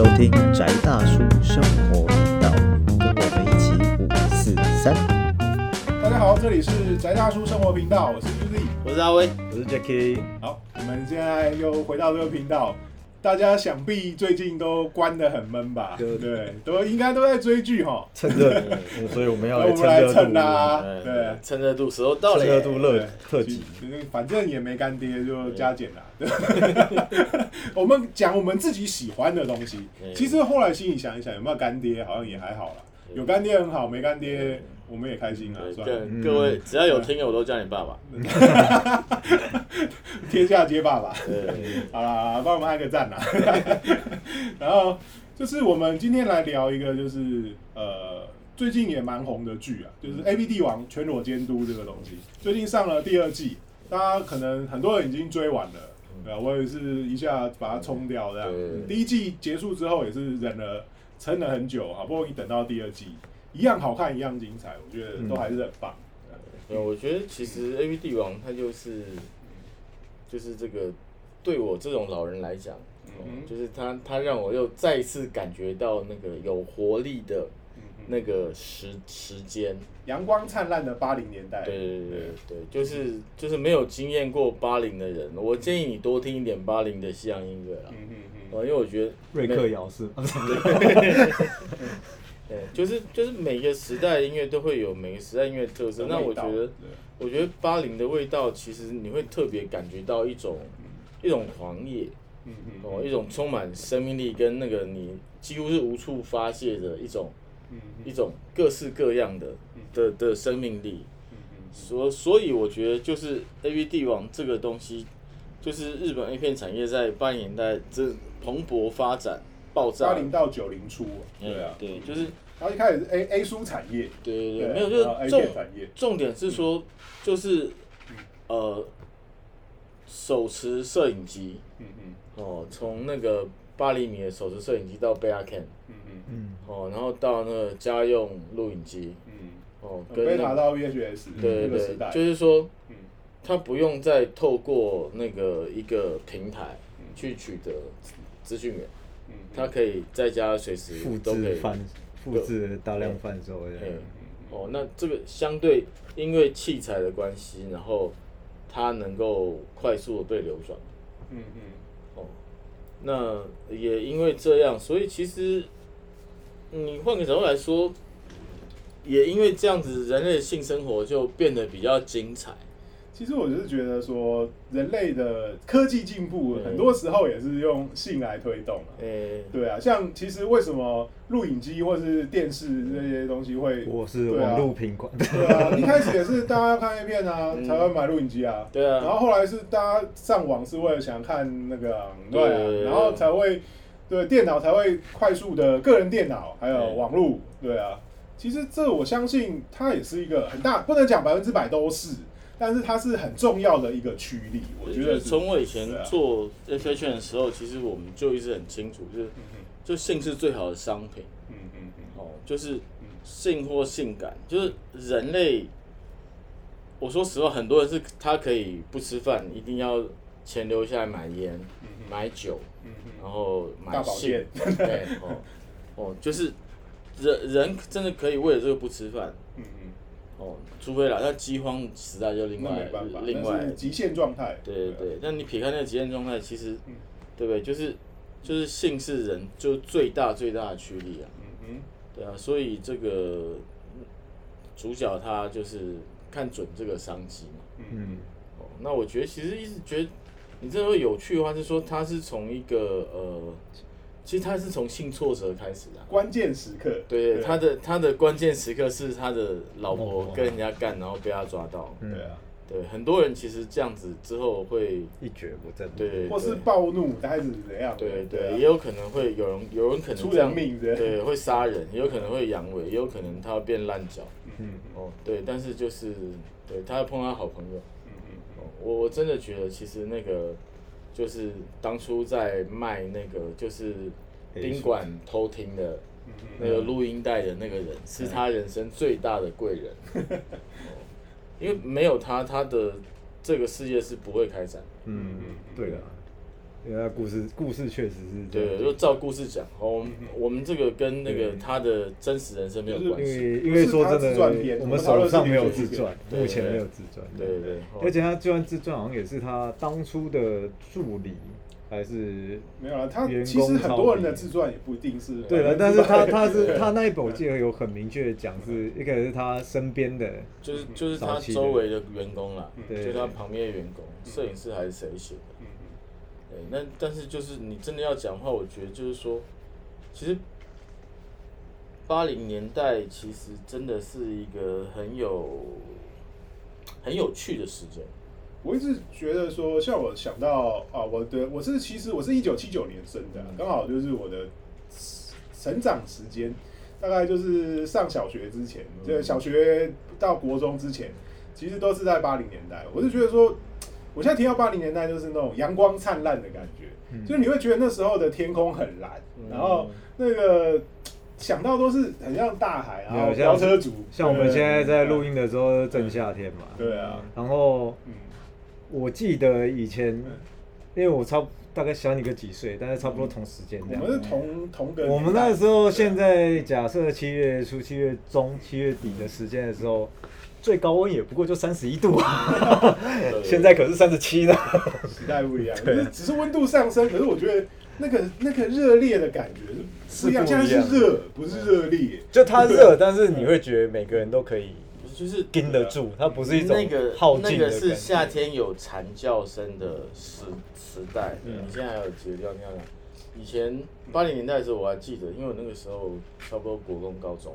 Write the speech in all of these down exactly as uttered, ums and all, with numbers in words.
收听宅大叔生活频道，跟我们一起五四三。 大家好，这里是宅大叔生活频道，我是 Uzi， 我是阿威， 我是 Jacky。 好，我们现在又回到这个频道，大家想必最近都关得很闷吧？对不对？都应该都在追剧哈， 趁热，所以我们要我们来蹭啦， 对，趁热度时候到了， 趁热度热特辑， 反正也没干爹，就加减啦。我们讲我们自己喜欢的东西，其实后来心里想一想，有没有干爹好像也还好啦。有干爹很好，没干爹我们也开心啊。算了， 各位只要有听的我都叫你爸爸， 天下皆爸爸。好啦，帮我们按个赞啦。然后就是我们今天来聊一个，就是呃最近也蛮红的剧啊，就是《A V 帝王全裸监督》这个东西，最近上了第二季，大家可能很多人已经追完了。对啊，我也是一下把它冲掉这样。第一季结束之后也是忍了撑了很久，好不容易等到第二季，一样好看，一样精彩，我觉得都还是很棒。 对，我觉得其实 A V 帝王它就是就是这个对我这种老人来讲，嗯、就是它它让我又再一次感觉到那个有活力的那个时时间， 阳光灿烂的八零年代。 对对对 对, 对，就是就是没有经验过八零的人，我建议你多听一点八零的西洋音乐啦。嗯嗯嗯，因为我觉得瑞克摇是， 对，就是就是每个时代的音乐都会有每个时代音乐特色。那我觉得，我觉得八零的味道，其实你会特别感觉到一种一种狂野，哦，一种充满生命力跟那个你几乎是无处发泄的一种。一种各式各样的的的生命力，所所以我觉得就是 A V 帝王这个东西，就是日本 A 片产业在八零年代这蓬勃发展爆炸， 八零到九零初，对啊， 对，就是然后一开始是 A A 书产业， 对对对，没有就是重重点是说就是呃手持摄影机，嗯嗯，哦，从那个八厘米的手持摄影机到贝亚 Cam。嗯，哦，然后到那个家用录影机，嗯， 哦，跟贝塔到 V H S， 对对对，就是说，嗯，他不用再透过那个一个平台去取得资讯源，嗯，他可以在家随时都可以复制大量贩售的， 哦，那这个相对因为器材的关系，然后它能够快速的被流转，嗯嗯，哦，那也因为这样，所以其实。你换个角度来说，也因为这样子，人类的性生活就变得比较精彩。 其实我就是觉得说，人类的科技进步，很多时候也是用性来推动啊。欸、对啊，像其实为什么录影机或是电视这些东西会， 我是网路品管。 对啊，一开始也是大家要看 A 片啊，嗯、才会买录影机啊。 对啊。 然后后来是大家上网是为了想看那个，对啊，對然後才會。对，电脑才会快速的个人电脑，还有网络，对啊。其实这我相信它也是一个很大，不能讲百分之百都是，但是它是很重要的一个驱力。我觉得从我以前做 F H N 的时候，其实我们就一直很清楚，就是就性是最好的商品。嗯嗯嗯。哦，就是性或性感，就是人类。我说实话，很多人是他可以不吃饭，一定要钱留下来买烟、买酒。然后买性，对哦哦，就是人人真的可以为了这个不吃饭，嗯嗯，哦，除非啦，那饥荒时代就另外另外极限状态， 对对对，但你撇开那个极限状态，其实，嗯、对不对？就是就是性是人就最大最大的驱力啊，嗯嗯，对啊，所以这个主角他就是看准这个商机嘛，嗯，哦，那我觉得其实一直觉得。你这个有趣的话是说，他是从一个呃，其实他是从性挫折开始的、啊， 关键时刻。 对，对他的他的关键时刻是他的老婆跟人家干，然后被他抓到。 对啊， 对，很多人其实这样子之后会一蹶不振， 对， 或是暴怒，还是怎样？ 对对，也有可能会有人有人可能出人命的， 对，会杀人，也有可能会阳痿，也有可能他会变烂脚。嗯哦，对，但是就是对他要碰到好朋友。我我真的觉得，其实那个就是当初在卖那个就是宾馆偷听的那个录音带的那个人，是他人生最大的贵人，因为没有他，他的这个世界是不会开展。 嗯，对的。 因为故事故事确实是这样， 对，就照故事讲。哦，我们这个跟那个他的真实人生没有关系。 因为因为说真的，我们手上没有自传，目前没有自传。 对对。 而且他就算自传，好像也是他当初的助理。还是没有了，他其实很多人的自传也不一定是对了，但是他他是他那一本我记得有很明确的讲，是一个是他身边的， 就是就是他周围的员工啦，就是他旁边的员工，摄影师还是谁写的？对，那但是就是你真的要讲话，我觉得就是说，其实八零年代其实真的是一个很有很有趣的时间。 我一直觉得说，像我想到啊，我的我是其实我是一九七九年生的，刚好就是我的成长时间，大概就是上小学之前，就小学到国中之前，其实都是在八零年代。我是觉得说，我现在听到八零年代就是那种阳光灿烂的感觉，嗯、就是你会觉得那时候的天空很蓝，嗯、然后那个。想到都是很像大海，然后飙车族。 像我们现在在录音的时候正夏天嘛。 对啊。 然后，我记得以前，因为我差大概小你个几岁，但是差不多同时间这样。 我们是同同个。 我们那时候现在假设七月初、七月中、七月底的时间的时候，最高温也不过就三十一度啊。现在可是三十七呢。 时代不一样，只是只是温度上升，可是我觉得。那个那个热烈的感觉是不一样，现在是热，不是热烈。 就它热，但是你会觉得每个人都可以， 就是盯得住，它不是一种那个耗尽的感觉。 那个是夏天有蝉叫声的时时代。你现在还有几个地方这样讲？以前八零年代的时候，我还记得，因为我那个时候差不多国中、高中，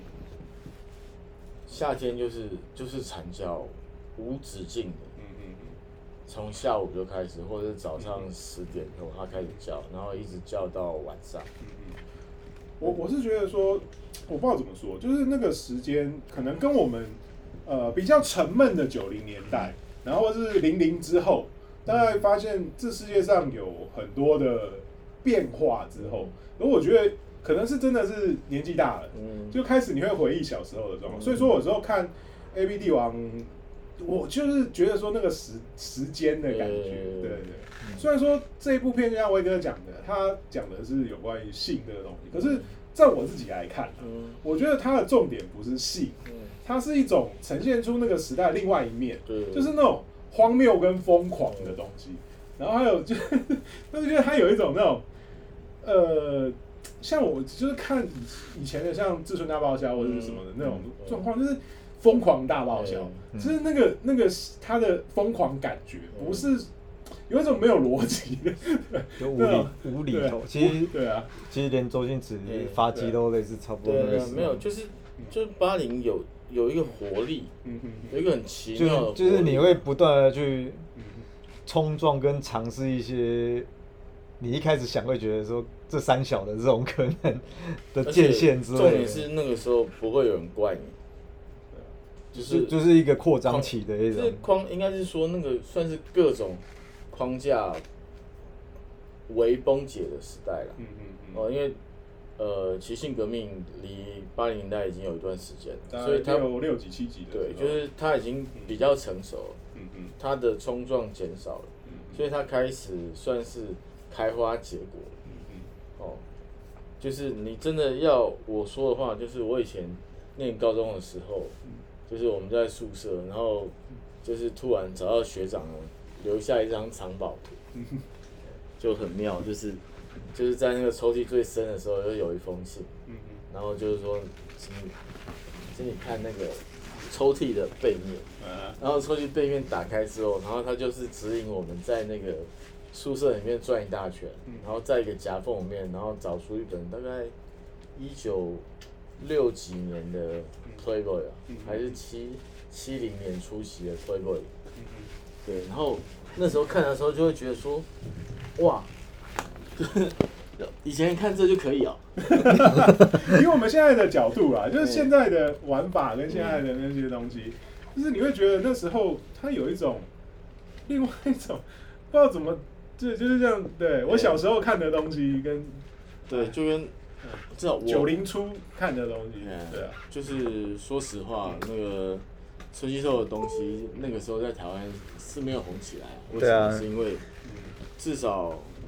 夏天就是就是蝉叫无止境的。从下午就开始，或者是早上十点后它开始叫，然后一直叫到晚上。 我我是觉得说，我不知道怎么说，就是那个时间可能跟我们呃比较沉闷的九零年代，然后是零零之后，大概发现这世界上有很多的变化之后，而我觉得可能是真的是年纪大了，嗯，就开始你会回忆小时候的状况。所以说，有时候看 A B 帝王。我就是觉得说那个时时间的感觉，对对对。虽然说这一部片就像威哥讲的，他讲的是有关于性这个东西，可是在我自己来看、啊，嗯、我觉得它的重点不是性，嗯、它是一种呈现出那个时代另外一面，就是那种荒谬跟疯狂的东西。然后还有就，就是觉得它有一种那种，呃，像我就是看以前的像《志村大爆笑》或者是什么的那种状况，就是。疯狂大爆笑，就是那个那个他的疯狂感觉，不是有一种没有逻辑的， 就无厘无厘头。其实对啊， 其实连周星驰发迹都类似差不多的。 没有，就是就是八零有有一个活力，有一个很奇妙的活力， 就是你会不断的去冲撞跟尝试一些。你一开始想会觉得说这三小的这种可能的界限之类的， 重点是那个时候不会有人怪你。 就是就是一个扩张期的一种， 就是框，应该是说那个算是各种框架为崩解的时代了。嗯嗯嗯。哦，因为呃，其实性革命离八零年代已经有一段时间了，所以它有六几七几的。 对，就是它已经比较成熟了。嗯嗯。它的冲撞减少了，所以它开始算是开花结果。嗯嗯。哦，就是你真的要我说的话，就是我以前念高中的时候。就是我们在宿舍，然后就是突然找到学长留下一张藏宝图，就很妙，就是就是在那个抽屉最深的时候，又有一封信，然后就是说，请你请你看那个抽屉的背面，然后抽屉背面打开之后，然后他就是指引我们在那个宿舍里面转一大圈，然后在一个夹缝里面，然后找出一本大概一九六几年的。Playboy 啊，还是七七零年初期的 Playboy， 对，然后那时候看的时候就会觉得说，哇，以前看这就可以啊。 以我们现在的角度啊，就是现在的玩法跟现在的那些东西，就是你会觉得那时候它有一种另外一种不知道怎么，就就是这样。对我小时候看的东西跟对，就跟。至少我九零初看的东西，对啊， 就是说实话，那个春熙透的东西，那个时候在台湾是没有红起来，为什么？是因为至少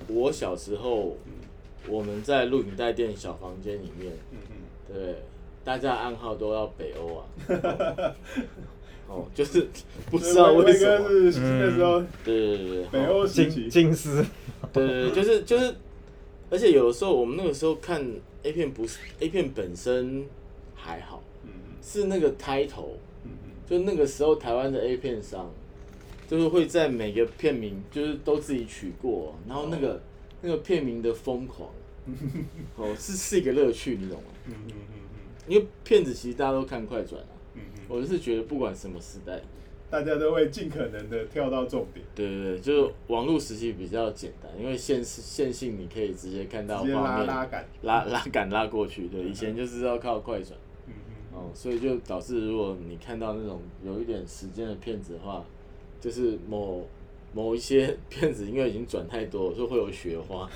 我小时候，我们在录影带店小房间里面，对，大家暗号都要北欧啊。哦，就是不知道为什么。 是那时候， 对对对， 北欧时期， 金丝。 对对对，就是就是，而且有的时候我们那个时候看 A 片，不是 A 片本身还好，是那个title，就那个时候台湾的 A 片商，就是会在每个片名就是都自己取过，然后那个、哦、那个片名的疯狂，哦，是是一个乐趣，你懂吗？因为片子其实大家都看快转啊。我就是觉得不管什么时代， 大家都会尽可能的跳到重点。 对对对，就是网络时期比较简单，因为线线性你可以直接看到画面， 拉拉杆， 拉拉杆拉过去。对，以前就是要靠快转，嗯嗯，哦，所以就导致如果你看到那种有一点时间的片子的话，就是某某一些片子因为已经转太多，就会有雪花。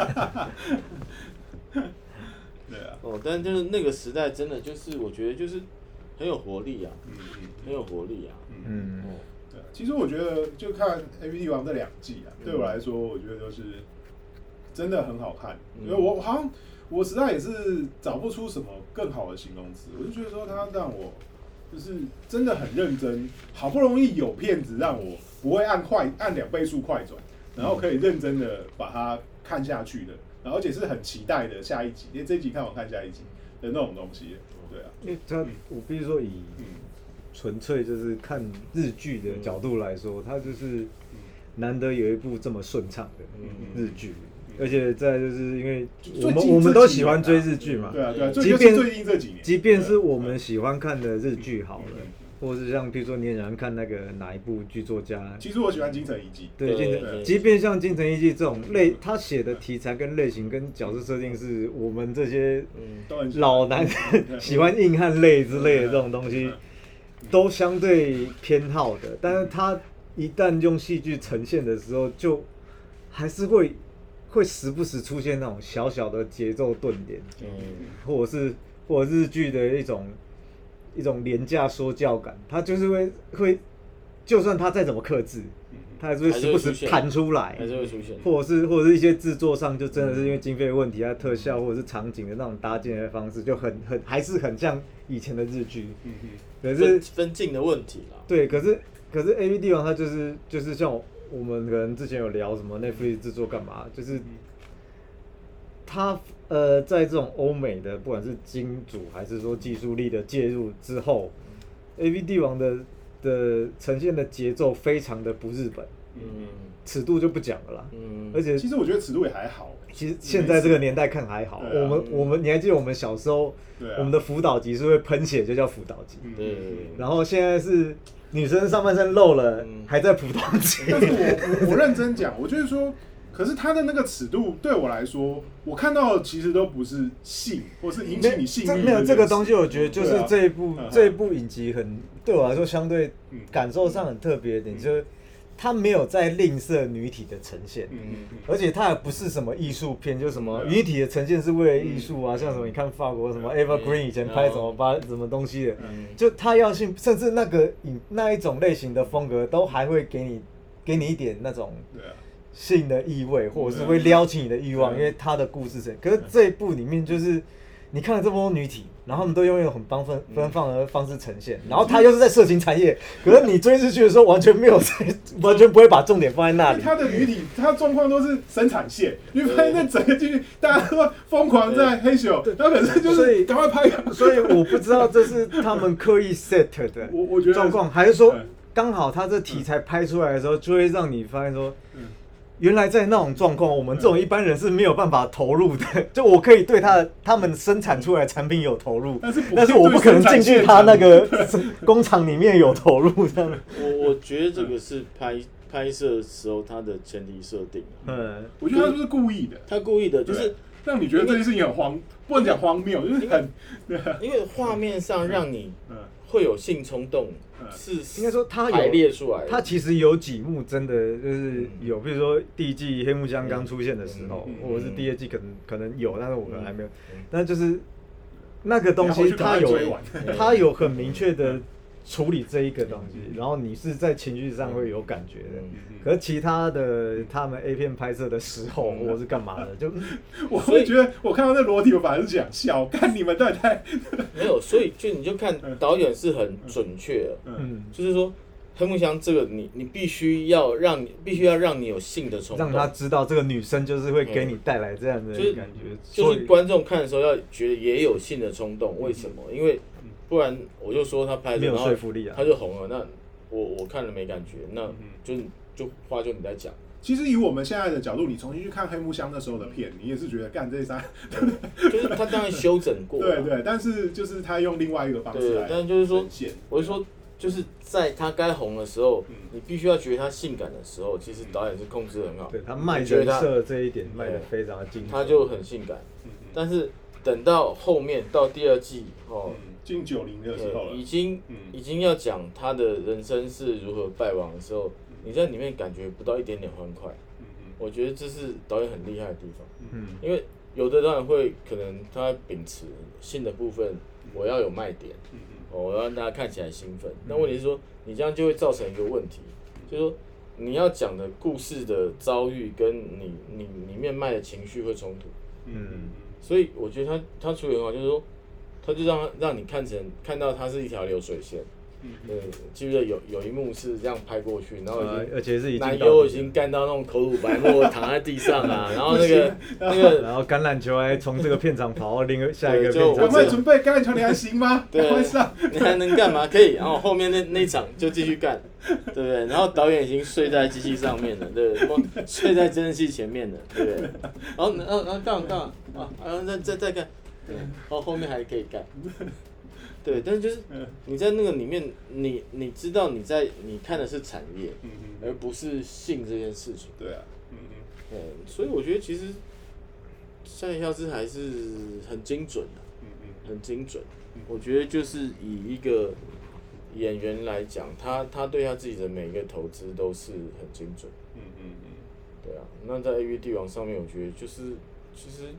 对啊。 哦，但就是那个时代真的就是我觉得就是。很有活力啊，嗯嗯，很有活力啊，嗯， 哦，对啊，其实我觉得就看 A V 帝王这两季啊，对我来说，我觉得都是真的很好看，因为我好像我实在也是找不出什么更好的形容词，我就觉得说他让我就是真的很认真，好不容易有片子让我不会按快按两倍速快转，然后可以认真的把它看下去的，然后而且是很期待的下一集，因为这一集看完看下一集的那种东西。对啊， 因为他，我必须说以纯粹就是看日剧的角度来说，他就是难得有一部这么顺畅的日剧，而且再就是因为我们我们都喜欢追日剧嘛， 对啊对啊， 即便最近这几年， 即便是我们喜欢看的日剧好了。或者是像比如说你很喜欢看那个哪一部剧作家？ 其实我喜欢金城一季。 对，金城，即便像金城一季这种类，他写的题材跟类型跟角色设定是我们这些老男人喜欢硬汉类之类的这种东西，都相对偏好的。但是他一旦用戏剧呈现的时候，就还是会会时不时出现那种小小的节奏顿点，或者是或者日剧的一种。一种廉价说教感，他就是会会，就算他再怎么克制，他还是会时不时弹出来， 还是会出现， 或者是或者是一些制作上就真的是因为经费问题啊，特效或者是场景的那种搭建的方式，就很很还是很像以前的日剧，可是分镜的问题啦。 对，可是可是 A V 帝王它就是就是像我们可能之前有聊什么 Netflix 制作干嘛，就是它。呃，在这种欧美的不管是金主还是说技术力的介入之后 ，A V 帝王的的呈现的节奏非常的不日本，嗯，尺度就不讲了啦，嗯，而且其实我觉得尺度也还好， 其实现在这个年代看还好，啊、我们我们你还记得我们小时候，啊、我们的辅导级是会喷血就叫辅导级，对、嗯，然后现在是女生上半身露了，嗯、还在普通级， 但是我我我认真讲，我就是说。可是他的那个尺度对我来说，我看到的其实都不是性，或是引起你性欲。 没有这个东西，我觉得就是这一部、啊、这一部影集很对我来说相对感受上很特别的点，嗯、就是它没有在吝啬女体的呈现，嗯、而且它也不是什么艺术片，就什么女体的呈现是为了艺术啊，嗯、像什么你看法国什么 Eva Green 以前拍什么把什么东西的，嗯、就它要性，甚至那个那一种类型的风格都还会给你给你一点那种。对啊性的意味，或者是会撩起你的欲望，因为他的故事是。可是这一部里面就是，你看了这么多女体，然后他们都用一种很奔放、奔放的方式呈现，然后他又是在色情产业，可是你追日剧的时候完全没有在，完全不会把重点放在那里。 他的女体，他状况都是生产线，你发现那整个剧大家都疯狂在黑咻，然后可是就是赶快拍。 所以我不知道这是他们刻意 set 的状况，还是说刚好他这题材拍出来的时候，就会让你发现说。原来在那种状况，我们这种一般人是没有办法投入的。就我可以对他的他们生产出来的产品有投入，但是但是我不可能进去他那个工厂里面有投入这样。 我我觉得这个是拍拍摄的时候他的前提设定。 嗯，我觉得他就是故意的， 他故意的，就是让你觉得这件事情很荒，不能讲荒谬，就是很因为画面上让你会有性冲动。是应该说他有排列出来， 他其实有几幕真的就是有，比如说第一季黑木江刚出现的时候，或者是第二季可能可能有，但是我可能还没有。但就是那个东西，他有他有很明确的处理这一个东西，然后你是在情绪上会有感觉的。可是其他的他们 A 片拍摄的时候，或是干嘛的，就我会觉得我看到那裸体，我反而是想笑，看你们到底在没有，所以就你就看导演是很准确的，嗯，就是说。黑木香这个你你必须要让你必须要让你有性的冲动， 让他知道这个女生就是会给你带来这样的感觉， 就是、就是观众看的时候要觉得也有性的冲动，为什么？因为不然我就说他拍的没有说服力啊， 他就红了，那我我看了没感觉，那就就话就你在讲。 其实以我们现在的角度，你重新去看黑木香那时候的片，你也是觉得干这三， 就是他当然修整过， 对对，但是就是他用另外一个方式来， 但是就是说，我就说。就是在他该红的时候，你必须要觉得他性感的时候，其实导演是控制很好。 对他卖人设这一点卖的非常的精彩， 他就很性感。但是等到后面到第二季哦， 进九零的时候了， 已经已经要讲他的人生是如何败亡的时候，你在里面感觉不到一点点欢快。我觉得这是导演很厉害的地方。嗯，因为有的导演会可能他秉持性的部分，我要有卖点。哦，我要让大家看起来兴奋。那问题是说，你这样就会造成一个问题，就是说你要讲的故事的遭遇跟你你里面卖的情绪会冲突。嗯，所以我觉得他他处理很好，就是说，他就让让你看成看到它是一条流水线。嗯，记不记得有有一幕是这样拍过去，然后已经、呃、 而且是已经男优已经干到那种口吐白沫，躺在地上啊，然后那个那个， 然后橄榄球还从这个片场跑到另一下一个片场， 赶快准备橄榄球，你还行吗？ 对，快上，你还能干嘛？可以，然后后面那那一场就继续干，对不对？然后导演已经睡在机器上面了，对不对？睡在监视器前面了，对不对？然后然后然后干嘛干嘛啊？然后再再再干，对，然后后面还可以干。对，但是就是你在那个里面，你你知道你在你看的是产业，嗯、而不是性这件事情。 对啊，嗯对，所以我觉得其实《夏夜消失》还是很精准的，嗯很精准。我觉得就是以一个演员来讲，他他对他自己的每一个投资都是很精准。嗯嗯嗯。对啊，那在 A V 帝王上面，我觉得就是其实。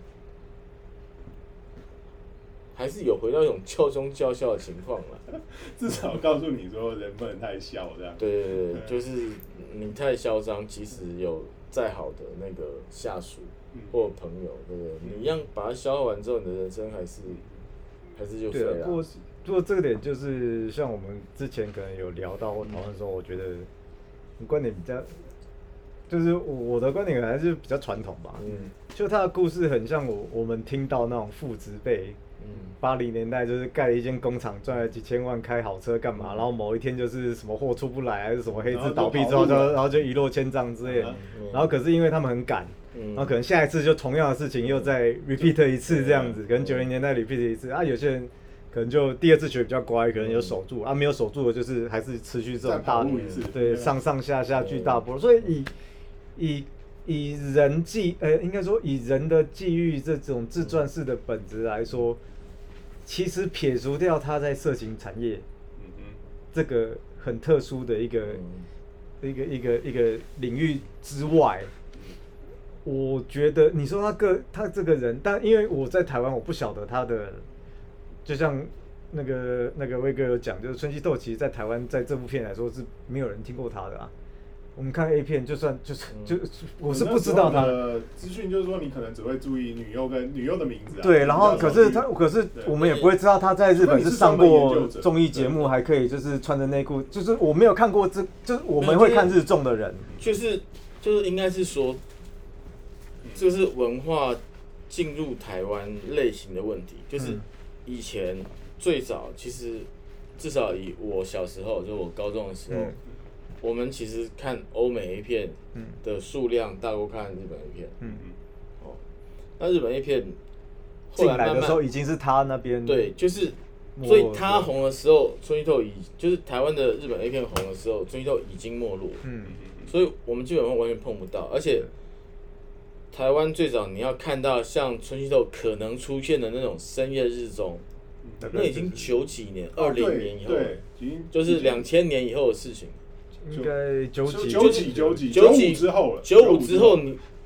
还是有回到一种教中教校的情况了， 至少告诉你说人不能太嚣这样。 对对对，就是你太嚣张，即使有再好的那个下属或朋友，对不对？你一样把它消耗完之后，你的人生还是还是就废了。 不过不过这个点就是像我们之前可能有聊到或讨论的时候，我觉得你观点比较，就是我的观点还是比较传统吧。嗯，就他的故事很像我我们听到那种父执辈。八零年代就是盖了一间工厂，赚了几千万，开好车干嘛？然后某一天就是什么货出不来，还是什么黑字倒闭之后就，然后就一落千丈之类的。然后可是因为他们很赶，然后可能下一次就同样的事情又再 repeat 一次这样子，可能九零年代 repeat 一次啊，有些人可能就第二次学比较乖，可能有守住啊，没有守住的就是还是持续这种大对上上下下巨大波，所以以以。以人际，呃，应该说以人的际遇这种自传式的本质来说，其实撇除掉他在色情产业，这个很特殊的一个、一个一个一个领域之外，我觉得你说他个他这个人，但因为我在台湾，我不晓得他的，就像那个那个威哥有讲，就是春熙透，其实在台湾在这部片来说是没有人听过他的啊。我们看 A 片，就算就是就我是不知道他的资讯，就是说你可能只会注意女优跟女优的名字、啊。 对，然后可是他，可是我们也不会知道他在日本是上过综艺节目，还可以就是穿着内裤，就是我没有看过这，就是我们会看日综的人， 就是就是应该是说，这是文化进入台湾类型的问题，就是以前最早其实至少以我小时候，就我高中的时候。嗯我们其实看欧美 A 片的数量大过看日本 A 片，嗯嗯，哦，那日本 A 片后来慢慢进来的时候已经是他那边对，就是所以他红的时候，春熙透已就是台湾的日本 A 片红的时候，春熙透已经没落，嗯，所以我们基本上完全碰不到，而且台湾最早你要看到像春熙透可能出现的那种深夜日综，那已经九几年，二零年以后，就是两千年以后的事情。 应该九几九几九几九五之后了， 九五之后你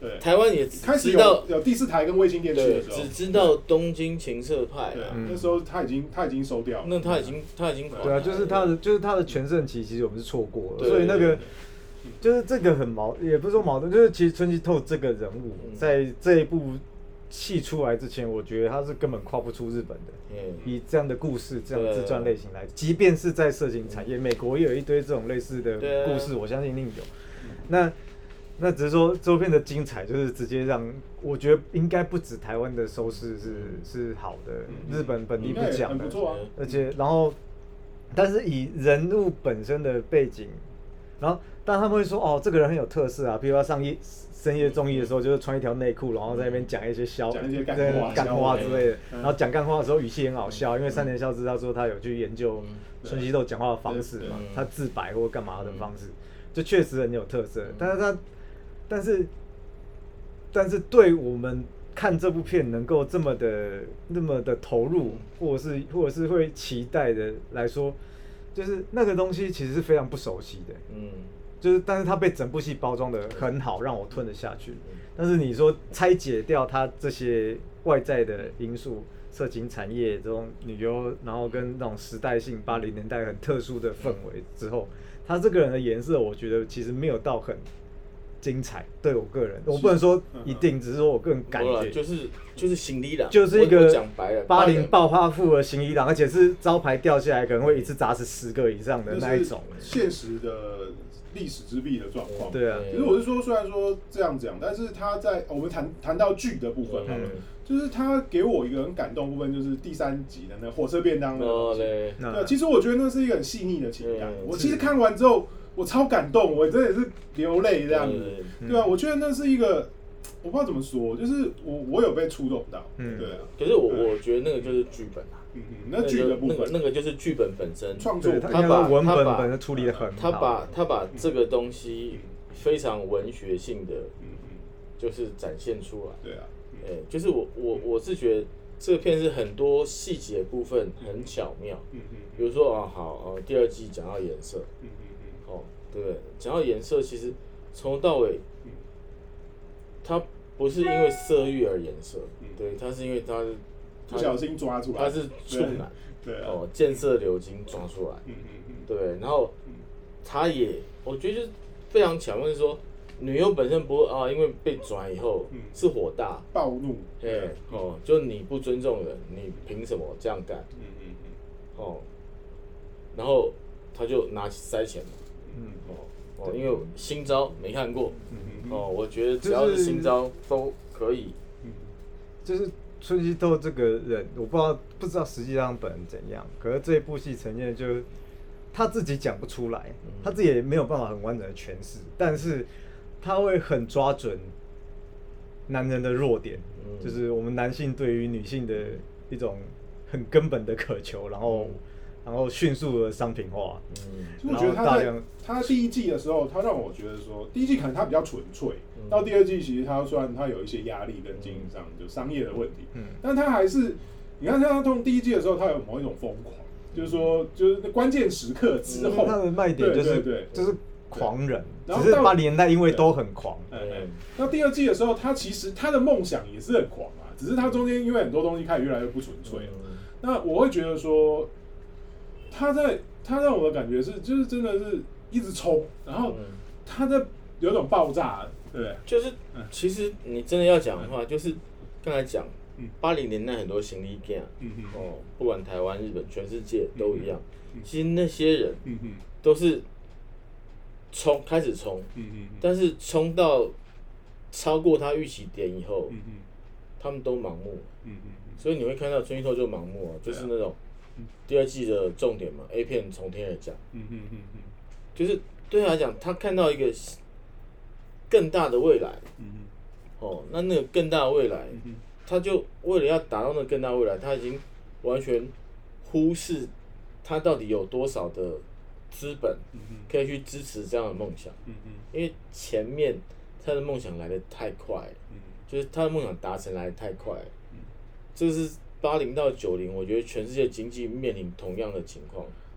对， 台湾也只开始知道有有第四台跟卫星电视的时候， 只知道东京情色派、 对， 啊， 那时候他已经他已经收掉了， 那他已经他已经垮了对啊，就是他的就是他的全盛期，其实我们是错过了， 对所以那个就是这个很矛，也不是说矛盾，就是其实村西透这个人物在这一部戏出来之前，我觉得他是根本跨不出日本的。 嗯， 以这样的故事、这样自传类型来，即便是在色情产业，美国也有一堆这种类似的故事，我相信一定有。那那只是说这部片的精彩，就是直接让我觉得应该不止台湾的收视是是好的，日本本地不讲的，而且然后，但是以人物本身的背景，然后但他们会说哦，这个人很有特色啊，比如他上夜深夜综艺的时候，就是穿一条内裤，然后在那边讲一些笑， 讲一些干话、 干话之类的，然后讲干话的时候语气很好笑，因为山田孝之他说他有去研究村西透讲话的方式嘛，他自白或干嘛的方式，就确实很有特色，但是他。但是，但是对我们看这部片能够这么的、那么的投入，或者是或者是会期待的来说，就是那个东西其实是非常不熟悉的。嗯，就是但是它被整部戏包装的很好，让我吞得下去。但是你说拆解掉它这些外在的因素，色情产业这种女优，然后跟那种时代性八零年代很特殊的氛围之后，他这个人的颜色，我觉得其实没有到很。精彩，对我个人，我不能说一定，只是说我个人感觉， 就是就是行李郎， 就是一个讲白了， 八零暴发户的行李郎，而且是招牌掉下来可能会一次砸死十个以上的那一种， 现实的历史之壁的状况。 对啊， 其实我是说，虽然说这样讲，但是他在我们谈谈到剧的部分好了，就是他给我一个很感动的部分，就是第三集的那火车便当的东西。对，其实我觉得那是一个很细腻的情感。我其实看完之后。我超感动，我真的是流泪这样子，对啊，我觉得那是一个，我不知道怎么说，就是我我有被触动到，嗯，对啊。 可是我我觉得那个就是剧本啊， 嗯嗯，那剧的部分， 那个就是剧本本身创作， 他把文本本身处理的很好， 他把他把这个东西非常文学性的，嗯嗯，就是展现出来， 对啊， 哎，就是我我我是觉得这个片是很多细节部分很巧妙，嗯嗯，比如说啊好，呃第二季讲到颜色，嗯嗯。哦，对不对？讲到颜色，其实从头到尾，它不是因为色欲而颜色，对，它是因为它不小心抓出来， 它是处男， 对， 哦，见色流金抓出来，嗯嗯嗯，对，然后他也，我觉得就是非常巧妙，是说女优本身不会啊，因为被抓以后是火大、 暴怒， 哎，哦，就你不尊重人，你凭什么这样干？嗯嗯嗯，哦，然后他就拿起塞钱。嗯哦哦，因为新招没看过，嗯哦，我觉得只要是新招都可以。 嗯，就是村西透这个人，我不知道不知道实际上本人怎样，可是这一部戏呈现就是他自己讲不出来，他自己也没有办法很完整的诠释，但是他会很抓准男人的弱点，嗯、就是我们男性对于女性的一种很根本的渴求，然后。嗯然后迅速的商品化， 嗯，其实我觉得他在他第一季的时候，他让我觉得说，第一季可能他比较纯粹，嗯、到第二季其实他虽然他有一些压力跟经营上就商业的问题，嗯，但他还是，你看他从第一季的时候，他有某一种疯狂，就是说就是关键时刻之后， 嗯、他的卖点就是对对就是狂人，只是八零年代因为都很狂， 嗯嗯，到第二季的时候，他其实他的梦想也是很狂啊，只是他中间因为很多东西开始越来越不纯粹了，嗯、那我会觉得说。他在，他让我的感觉是，就是真的是一直冲，然后他在有种爆炸，对不对？ 就是，其实你真的要讲的话，就是刚才讲，八零年代很多行李架，哦，不管台湾、日本、全世界都一样。其实那些人，都是冲开始冲，但是冲到超过他预期点以后，他们都盲目，所以你会看到村西透就盲目啊，就是那种。第二季的重点嘛 ，A 片从天而降，嗯嗯嗯嗯，就是对他来讲，他看到一个更大的未来，嗯嗯，哦，那那个更大的未来，嗯、他就为了要达到那个更大的未来，他已经完全忽视他到底有多少的资本可以去支持这样的梦想，嗯嗯，因为前面他的梦想来得太快了，嗯，就是他的梦想达成来得太快了，嗯，这是。八零到九零，我觉得全世界经济面临同样的情况。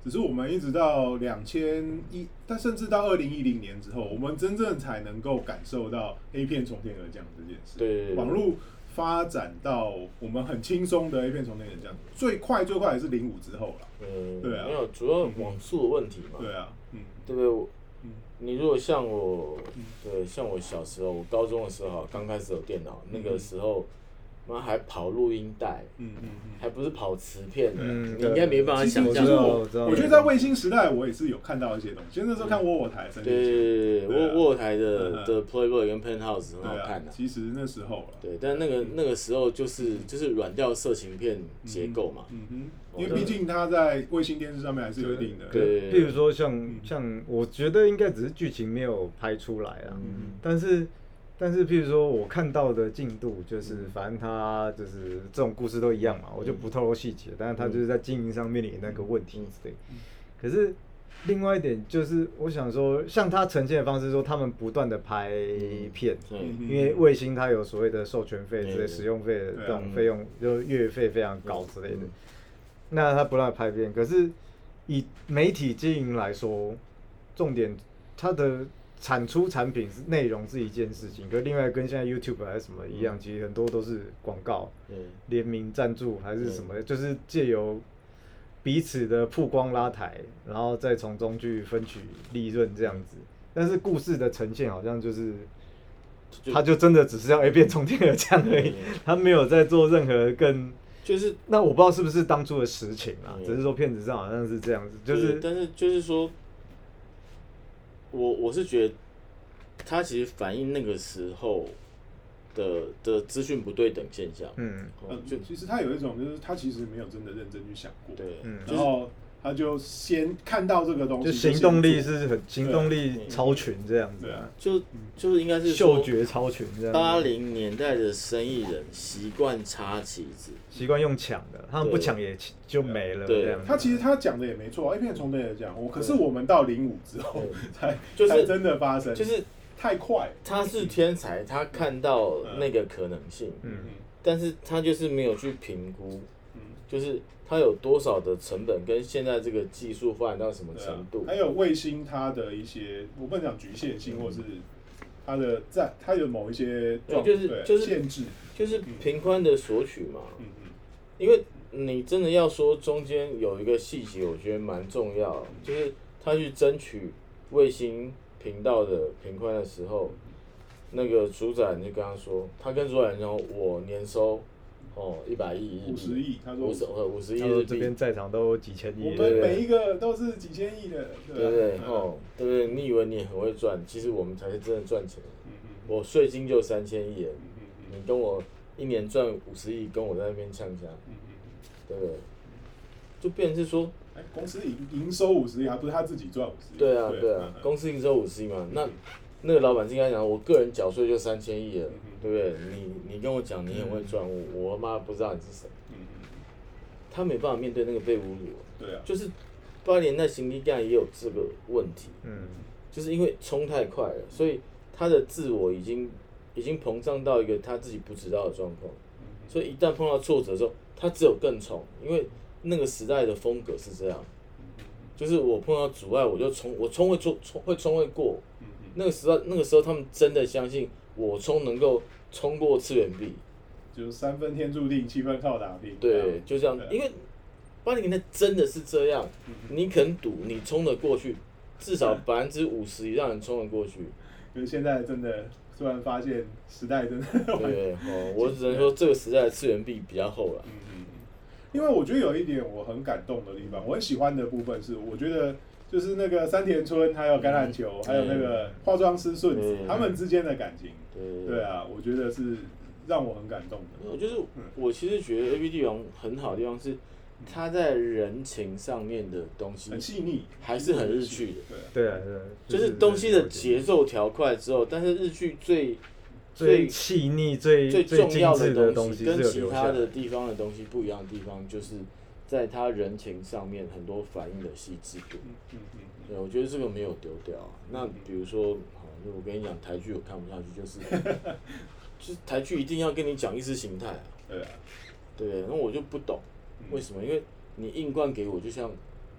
只是我们一直到两千一，但甚至到二零一零年之后，我们真正才能够感受到 A 片从天而降这件事。 对， 网络发展到我们很轻松的 A 片从天而降，最快最快也是零五之后了。 嗯， 对啊， 没有，主要网速的问题嘛。 对啊，嗯， 对不对？嗯，你如果像我，对，像我小时候，我高中的时候刚开始有电脑，那个时候。妈还跑录音带，嗯嗯嗯，还不是跑磁片的，嗯、你应该没办法想象。 我我觉得在卫星时代，我也是有看到一些东西。那时候看窝窝台， 对对对，窝窝台的的 Playboy 跟 Penthouse 很好看的。 其实那时候了， 对，但那个那个时候就是就是软调色情片结构嘛， 嗯哼，因为毕竟它在卫星电视上面还是有一定的。 对，譬如说像像，我觉得应该只是剧情没有拍出来啊，但是。但是，譬如说我看到的进度，就是反正他就是这种故事都一样嘛，我就不透露细节。但是他就是在经营上面临那个问题之类。可是另外一点就是，我想说，像他呈现的方式说，他们不断的拍片，因为卫星它有所谓的授权费之类、使用费的这种费用，就月费非常高之类的。那他不断的拍片，可是以媒体经营来说，重点它的。产出产品是内容是一件事情，可是另外跟现在 YouTube 还是什么一样，其实很多都是广告、联名赞助还是什么，就是借由彼此的曝光拉抬，然后再从中去分取利润这样子。但是故事的呈现好像就是，他就真的只是要 A 片从天而降而已，他没有在做任何更就是那我不知道是不是当初的实情啊，只是说片子上好像是这样子，就是但是就是说。我我是觉得，它其实反映那个时候的的资讯不对等现象。 嗯，呃，就其实他有一种，就是他其实没有真的认真去想过。 对， 嗯，然后他就先看到这个东西， 就行动力是很行动力超群这样子。 对啊， 就就是应该是嗅觉超群这样。 八零年代的生意人习惯插旗子， 习惯用抢的，他们不抢也就没了。这样， 他其实他讲的也没错 ，A 片从对来讲，我可是我们到零五之后才才真的发生， 就是太快。 他是天才，他看到那个可能性，嗯，但是他就是没有去评估，嗯，就是他有多少的成本跟现在这个技术发展到什么程度， 还有卫星它的一些，我不能讲局限性，或是它的在它有某一些就是就是限制， 就是频宽的索取嘛，嗯嗯，因为。你真的要说中间有一个细节，我觉得蛮重要，就是他去争取卫星频道的频宽的时候，那个主宰就跟他说，他跟主宰说，我年收哦一百亿日币， 五十亿，他说五十呃五十亿日币， 这边在场都有几千亿， 我们每一个都是几千亿的， 对不对？哦，对不对？你以为你很会赚，其实我们才是真的赚钱。我税金就三千亿，你跟我一年赚五十亿，跟我在那边呛下。对不对？就变成是说， 哎，公司营营收五十亿，还不是他自己赚五十亿？ 对啊，对啊，公司营收五十亿嘛，那那个老板应该讲，我个人缴税就三千亿了，对不对？你你跟我讲你很会赚，我我妈不知道你是谁，他没办法面对那个被侮辱， 对啊， 就是八零年代行李干也有这个问题，嗯，就是因为冲太快了，所以他的自我已经已经膨胀到一个他自己不知道的状况，所以一旦碰到挫折的时候。他只有更冲，因为那个时代的风格是这样，就是我碰到阻碍我就冲，我冲会冲冲会冲会过。那个时候那个时候他们真的相信我冲能够冲过次元壁， 就是三分天注定，七分靠打拼。 对，就这样，因为八零年代真的是这样，你肯赌你冲得过去，至少百分之五十以上人冲得过去。 可是现在真的。突然发现时代真的对哦，我只能说这个时代的次元壁比较厚了。 嗯嗯因为我觉得有一点我很感动的地方，我很喜欢的部分是，我觉得就是那个山田春，还有橄榄球，还有那个化妆师顺子，他们之间的感情，对啊，我觉得是让我很感动的。 我就是我其实觉得 A V 帝王很好的地方是。他在人情上面的东西很细腻， 还是很日剧的。 对啊，对啊， 就是东西的节奏调快之后，但是日剧最最细腻、最最重要的东西， 跟其他的地方的东西不一样的地方，就是在他人情上面很多反映的细致度。嗯嗯对，我觉得这个没有丢掉啊。那比如说，好，我跟你讲台剧我看不下去，就是就是台剧一定要跟你讲意识形态啊。 对啊。 对，那我就不懂。为什么？因为你硬灌给我，就像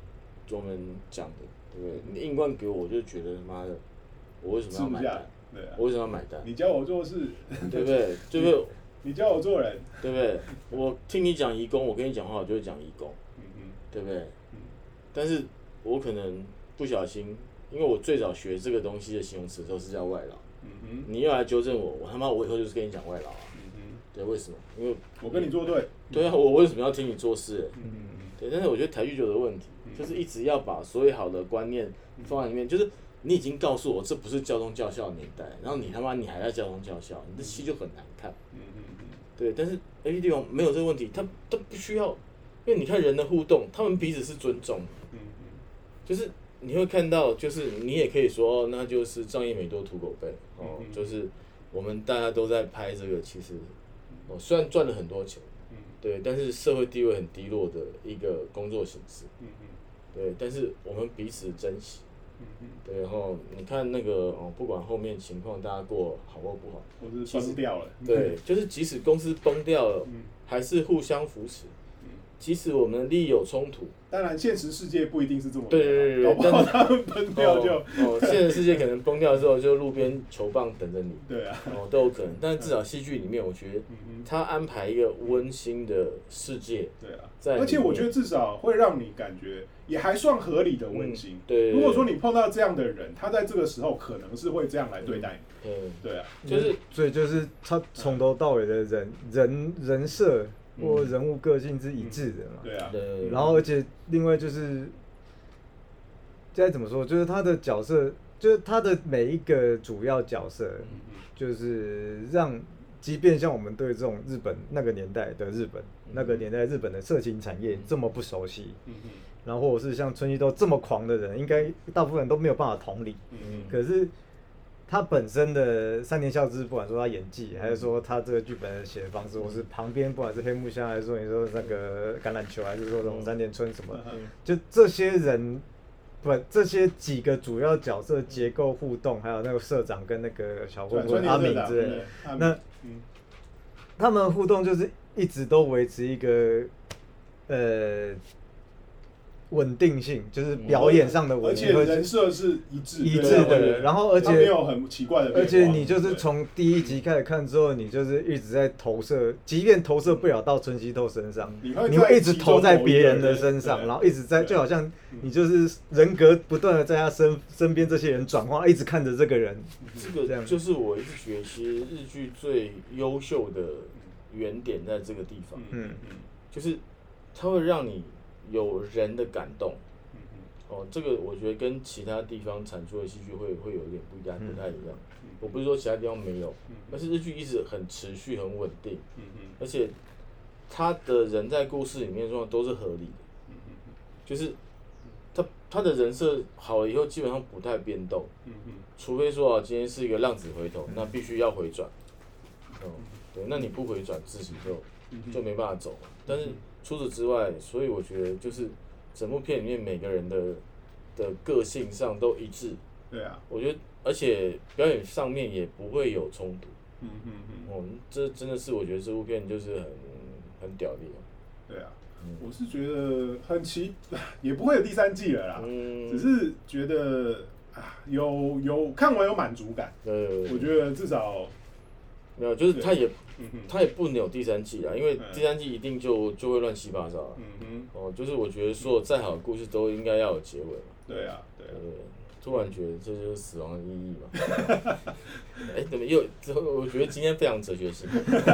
我们讲的，对不对？你硬灌给我，我就觉得妈的，我为什么要买单？ 对啊， 我为什么要买单？ 你教我做事， 对不对？对不对？ 你教我做人， 对不对？我听你讲移工，我跟你讲话，我就会讲移工， 嗯嗯， 对不对？嗯。但是我可能不小心，因为我最早学这个东西的形容词都是叫外劳，嗯哼。你又来纠正我，我他妈我以后就是跟你讲外劳啊，嗯哼。对，为什么？因为我跟你作对。 对啊，我为什么要听你做事、欸？ 嗯嗯。 对，但是我觉得台剧就有的问题，就是一直要把所有好的观念放在里面，就是你已经告诉我这不是教宗教校的年代，然后你他妈你还在教宗教校，你这戏就很难看。嗯嗯嗯。对，但是 A B D 王没有这个问题，他他不需要，因为你看人的互动，他们彼此是尊重。嗯嗯。就是你会看到，就是你也可以说，哦、那就是仗义美多土狗辈哦，就是我们大家都在拍这个，其实哦虽然赚了很多钱。对，但是社会地位很低落的一个工作形式，嗯嗯，对，但是我们彼此珍惜，嗯嗯，对，然后你看那个哦，不管后面情况大家过好或不好， 或是崩掉了， 对，就是即使公司崩掉了，嗯，还是互相扶持，嗯，即使我们利益有冲突， 当然现实世界不一定是这么， 对对对对， 搞不好他们崩掉就， 哦，哦现实世界可能崩掉之后就路边球棒等着你， 对啊， 哦都有可能，但是至少戏剧里面我觉得。他安排一个温馨的世界， 对啊，而且我觉得至少会让你感觉也还算合理的温馨。 嗯、对, 对, 对， 如果说你碰到这样的人，他在这个时候可能是会这样来对待你。 嗯， 对啊， 就是所以就是他从头到尾的人人人设或人物个性是一致的嘛。 对啊， 对。 然后而且另外就是该怎么说，就是他的角色，就是他的每一个主要角色，就是让。即便像我们对这种日本那个年代的日本，嗯、那个年代日本的色情产业这么不熟悉，嗯、然后或者是像春熙都这么狂的人，应该大部分人都没有办法同理。嗯、可是他本身的山田孝之，不管说他演技，还是说他这个剧本的写的方式，或是旁边不管是黑木香，还是说你说那个橄榄球，还是说这种山田春什么，嗯、就这些人。不，这些几个主要角色结构互动，还有那个社长跟那个小混混阿明之类的，那、嗯、他们互动就是一直都维持一个呃稳定性，就是表演上的稳定， 而且人设是一致一致的，然后而且没有很奇怪的变化， 而且你就是从第一集开始看之后，你就是一直在投射，即便投射不了到春熙透身上， 你会你会一直投在别人的身上，然后一直在，就好像你就是人格不断的在他身身边这些人转化，一直看着这个人， 这个就是我一直觉得，其实日剧最优秀的原点在这个地方，嗯嗯，就是它会让你。有人的感动，嗯嗯，哦，这个我觉得跟其他地方产出的戏剧会会有一点不一样，不太一样。嗯、我不是说其他地方没有，嗯、但是日剧一直很持续、很稳定，嗯嗯，而且他的人在故事里面状况都是合理的，嗯嗯嗯，就是他他的人设好了以后，基本上不太变动，嗯嗯，除非说啊，今天是一个浪子回头，那必须要回转，哦，对，那你不回转，自己就就没办法走，但是。除此之外，所以我觉得就是整部片里面每个人的的个性上都一致。 对啊， 我觉得，而且表演上面也不会有冲突。嗯嗯嗯。哦，这真的是我觉得这部片就是很很屌的地方。 对啊，嗯、我是觉得很奇，也不会有第三季了啦。嗯。只是觉得啊，有有看完有满足感。对。我觉得至少没有，就是他也。他也不能有第三季啦，因为第三季一定就就会乱七八糟。嗯哼，哦，就是我觉得所有再好的故事都应该要有结尾嘛。 对啊，对啊。对， 突然觉得这就是死亡的意义嘛。哎、欸，怎么又？我觉得今天非常哲学性。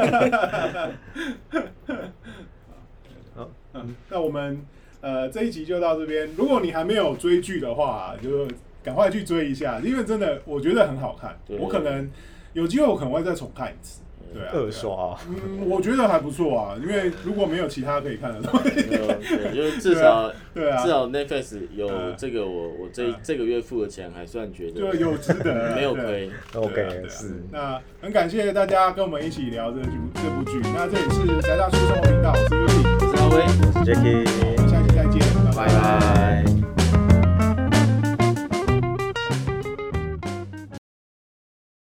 好，嗯，那我们呃这一集就到这边。如果你还没有追剧的话，就赶快去追一下，因为真的我觉得很好看。我可能。有机会我可能会再重看一次，对啊， 二刷、啊， 嗯，我觉得还不错啊，因为如果没有其他可以看的东西， 对，就是至少， 对啊， 至少 Netflix 有这个我我这这个月付的钱还算觉得就有值得， 没有亏 ，OK 是。 那很感谢大家跟我们一起聊这部这部剧，那这里是宅大叔生活频道，我是 Rudy， 我是阿威， 我是 Jacky。